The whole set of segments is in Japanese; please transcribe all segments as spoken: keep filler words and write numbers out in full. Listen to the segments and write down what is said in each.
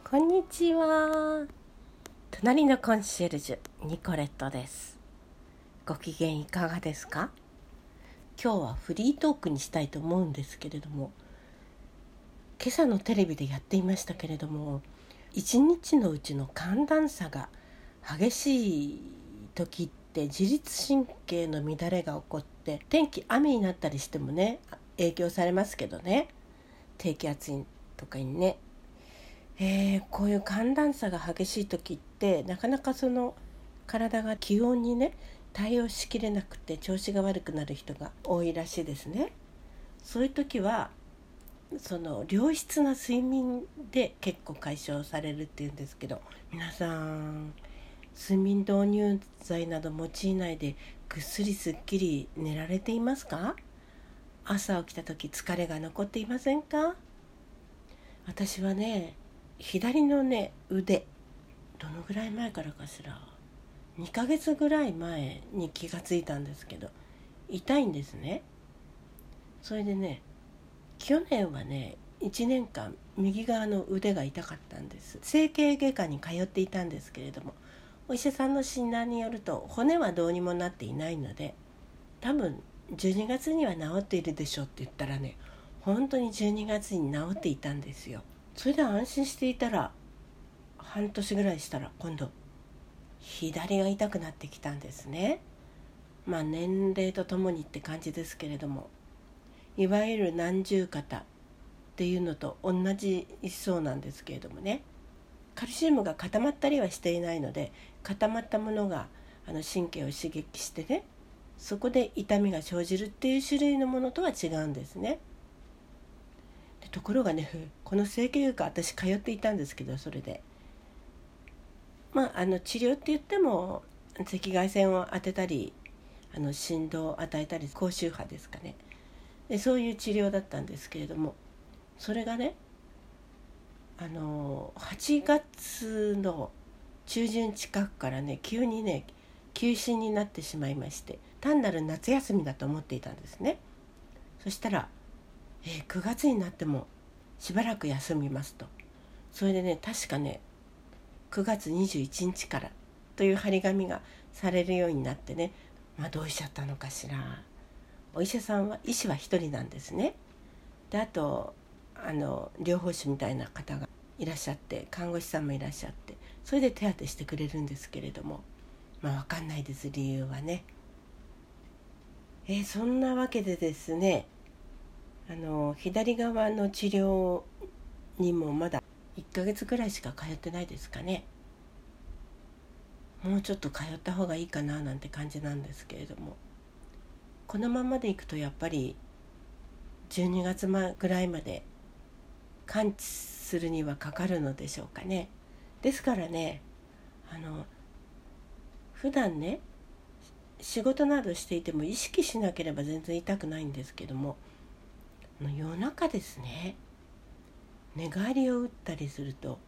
こんにちは。隣のコンシェルジュニコレットです。ご機嫌いかがですか？今日はフリートークにしたいと思うんですけれども、今朝のテレビでやっていましたけれども、一日のうちの寒暖差が激しい時って自律神経の乱れが起こって、天気雨になったりしてもね影響されますけどね、低気圧とかにね、えー、こういう寒暖差が激しい時ってなかなかその体が気温にね対応しきれなくて調子が悪くなる人が多いらしいですね。そういう時はその良質な睡眠で結構解消されるっていうんですけど、皆さん睡眠導入剤など用いないでぐっすりすっきり寝られていますか？朝起きた時疲れが残っていませんか？私はね、左のね腕、どのぐらい前からかしら、にかげつぐらい前に気がついたんですけど痛いんですね。それでね、去年はねいちねんかん右側の腕が痛かったんです。整形外科に通っていたんですけれども、お医者さんの診断によると骨はどうにもなっていないので、多分じゅうにがつには治っているでしょうって言ったらね、本当にじゅうにがつに治っていたんですよ。それで安心していたら、半年ぐらいしたら今度左が痛くなってきたんですね。まあ年齢とともにって感じですけれども、いわゆる軟重肩っていうのと同じそうなんですけれどもね、カルシウムが固まったりはしていないので、固まったものがあの神経を刺激してね、そこで痛みが生じるっていう種類のものとは違うんですね。でところがね、この整形外科私通っていたんですけど、それでまああの治療って言っても赤外線を当てたり、あの振動を与えたり、高周波ですかね、でそういう治療だったんですけれども、それがねあのはちがつの中旬近くからね急にね休診になってしまいまして、単なる夏休みだと思っていたんですね。そしたら、えー、くがつになってもしばらく休みますと。それでね、確かねくがつにじゅういちにちからという張り紙がされるようになってね、まあどうしちゃったのかしら。お医者さんは医師は一人なんですね。であとあの療法士みたいな方がいらっしゃって、看護師さんもいらっしゃって、それで手当てしてくれるんですけれども、まあ分かんないです、理由はね。えー、そんなわけでですね、あの左側の治療にもまだいっかげつくらいしか通ってないですかね。もうちょっと通った方がいいかななんて感じなんですけれども、このままでいくとやっぱりじゅうにがつぐらいまで完治するにはかかるのでしょうかね。ですからね、あの普段ね仕事などしていても意識しなければ全然痛くないんですけども、夜中ですね、寝返りを打ったりすると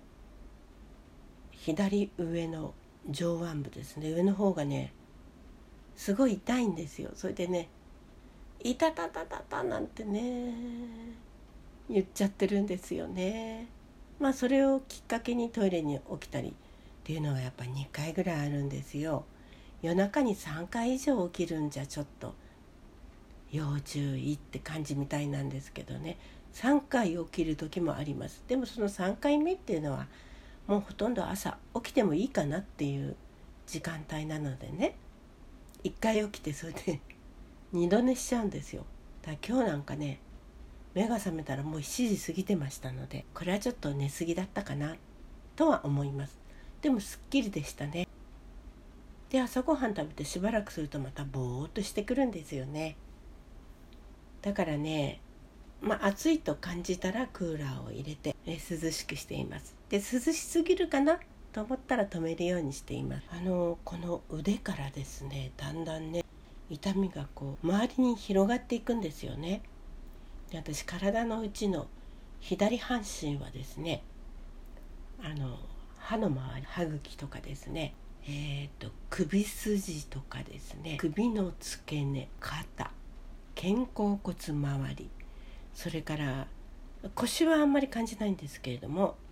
左上の上腕部ですね、上の方がねすごい痛いんですよ。それでね、いたたたたたなんてね言っちゃってるんですよね。まあそれをきっかけにトイレに起きたりっていうのがやっぱりにかいぐらいあるんですよ。夜中にさんかい以上起きるんじゃちょっと要注意って感じみたいなんですけどね、さんかい起きる時もあります。でもそのさんかいめっていうのはもうほとんど朝起きてもいいかなっていう時間帯なのでね、いっかい起きてそれでにど寝しちゃうんですよ。だから今日なんかね、目が覚めたらもうしちじ過ぎてましたので、これはちょっと寝すぎだったかなとは思います。でもすっきりでしたね。で朝ごはん食べてしばらくするとまたぼーっとしてくるんですよね。だからね、まあ暑いと感じたらクーラーを入れてえ涼しくしています。で涼しすぎるかなと思ったら止めるようにしています。あのこの腕からですね、だんだんね痛みがこう周りに広がっていくんですよね。で私体のうちの左半身はですね、あの歯の周り、歯茎とかですね、えーと首筋とかですね、首の付け根、肩、肩甲骨周り、それから腰はあんまり感じないんですけれども、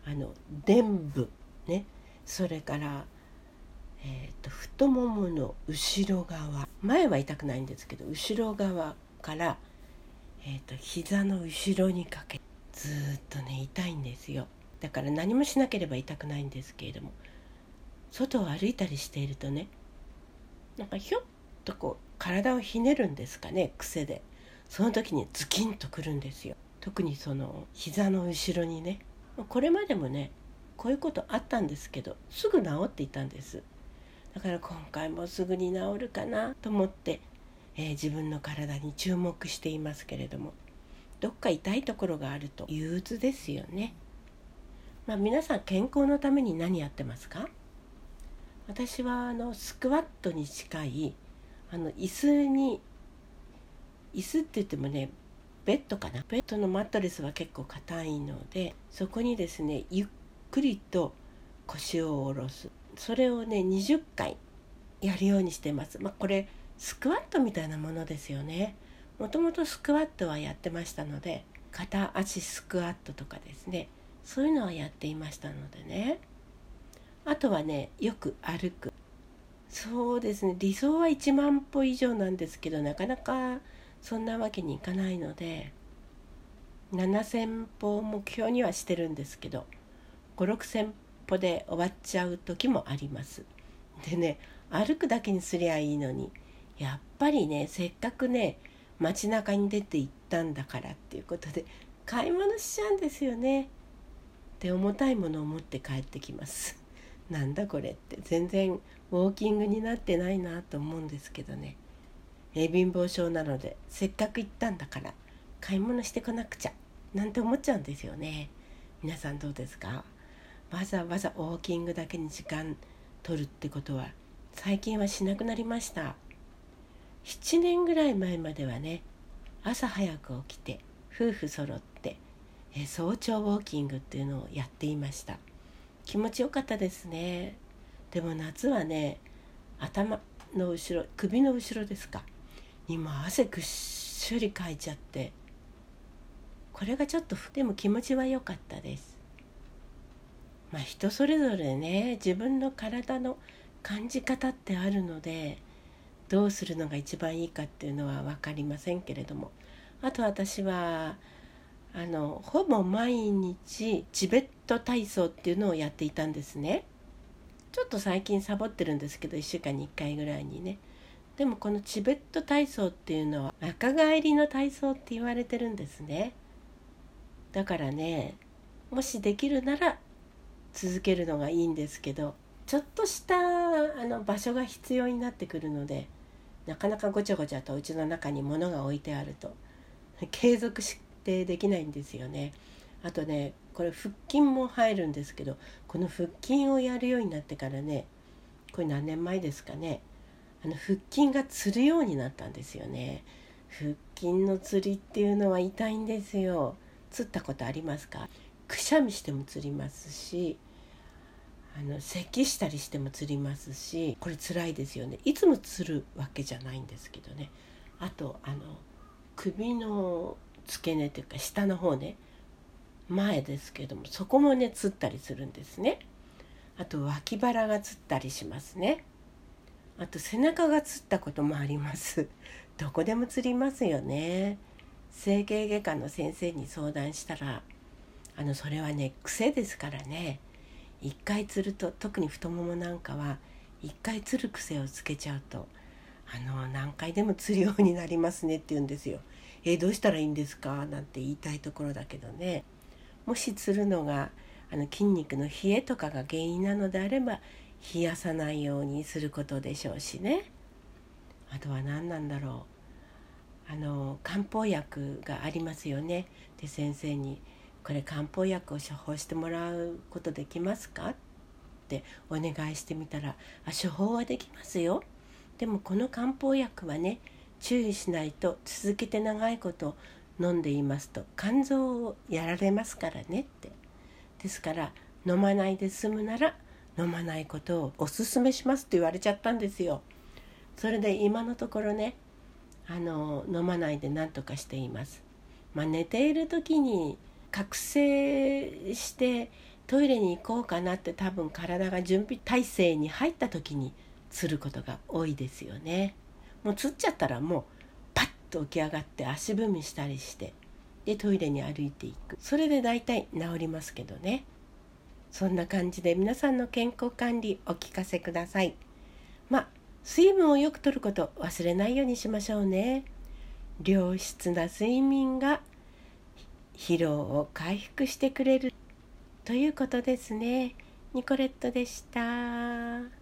あの臀部ね、それから、えー、と太ももの後ろ側、前は痛くないんですけど後ろ側から、えー、と膝の後ろにかけずっとね痛いんですよ。だから何もしなければ痛くないんですけれども、外を歩いたりしているとね、なんかひょっとこう体をひねるんですかね、癖で。その時にズキンとくるんですよ。特にその膝の後ろにね。これまでもねこういうことあったんですけど、すぐ治っていたんです。だから今回もすぐに治るかなと思って、えー、自分の体に注目していますけれども、どっか痛いところがあると憂鬱ですよね。まあ、皆さん健康のために何やってますか？私はあのスクワットに近いあの椅子に椅子って言ってもね、ベッドかな、ベッドのマットレスは結構硬いので、そこにですねゆっくりと腰を下ろす、それをねにじゅっかいやるようにしてます。まあ、これスクワットみたいなものですよね。もともとスクワットはやってましたので、片足スクワットとかですね、そういうのはやっていましたのでね。あとはね、よく歩く。そうですね、理想はいちまん歩以上なんですけど、なかなかそんなわけにいかないので、ななせん歩を目標にはしてるんですけど、ご、ろくせん歩で終わっちゃう時もあります。でね、歩くだけにすりゃいいのに、やっぱりね、せっかくね街中に出て行ったんだからっていうことで買い物しちゃうんですよね。で、重たいものを持って帰ってきます。なんだこれって、全然ウォーキングになってないなと思うんですけどね。え貧乏症なので、せっかく行ったんだから買い物してこなくちゃなんて思っちゃうんですよね。皆さんどうですか？わざわざウォーキングだけに時間取るってことは最近はしなくなりました。ななねんぐらい前まではね、朝早く起きて夫婦揃ってえ早朝ウォーキングっていうのをやっていました。気持ちよかったですね。でも夏はね、頭の後ろ、首の後ろですかにも汗ぐっしょりかいちゃって、これがちょっとでも気持ちは良かったです。まあ人それぞれね、自分の体の感じ方ってあるので、どうするのが一番いいかっていうのは分かりませんけれども、あと私はあのほぼ毎日チベット体操っていうのをやっていたんですね。ちょっと最近サボってるんですけど、いっしゅうかんにいっかいぐらいにね。でもこのチベット体操っていうのは若返りの体操って言われてるんですね。だからね、もしできるなら続けるのがいいんですけど、ちょっとしたあの場所が必要になってくるので、なかなかごちゃごちゃとうちの中に物が置いてあると継続してできないんですよね。あとね、これ腹筋も入るんですけど、この腹筋をやるようになってからね、これ何年前ですかね、あの腹筋がつるようになったんですよね。腹筋のつりっていうのは痛いんですよ。つったことありますか？くしゃみしてもつりますし、あの咳したりしてもつりますし、これ辛いですよね。いつもつるわけじゃないんですけどね。あとあの首の付け根というか下の方ね、前ですけども、そこもねつったりするんですね。あと脇腹がつったりしますね。あと背中がつったこともあります。どこでもつりますよね。整形外科の先生に相談したら、あのそれはね癖ですからね、一回つると、特に太ももなんかは一回つる癖をつけちゃうと、あの何回でもつるようになりますねって言うんですよ。えー、どうしたらいいんですかなんて言いたいところだけどね、もしつるのがあの筋肉の冷えとかが原因なのであれば、冷やさないようにすることでしょうしね。あとは何なんだろう、あの漢方薬がありますよね。で、先生にこれ漢方薬を処方してもらうことできますかってお願いしてみたら、あ、処方はできますよ、でもこの漢方薬はね、注意しないと続けて長いこと飲んでいますと肝臓をやられますからねって。ですから飲まないで済むなら飲まないことをおすすめしますって言われちゃったんですよ。それで今のところね、あの飲まないで何とかしています。まあ、寝ている時に覚醒してトイレに行こうかなって多分体が準備体制に入った時につることが多いですよね。もうつっちゃったらもうパッと起き上がって足踏みしたりしてでトイレに歩いていく。それでだいたい治りますけどね。そんな感じで皆さんの健康管理お聞かせください。まあ水分をよく摂ること忘れないようにしましょうね。良質な睡眠が疲労を回復してくれるということですね。ニコレットでした。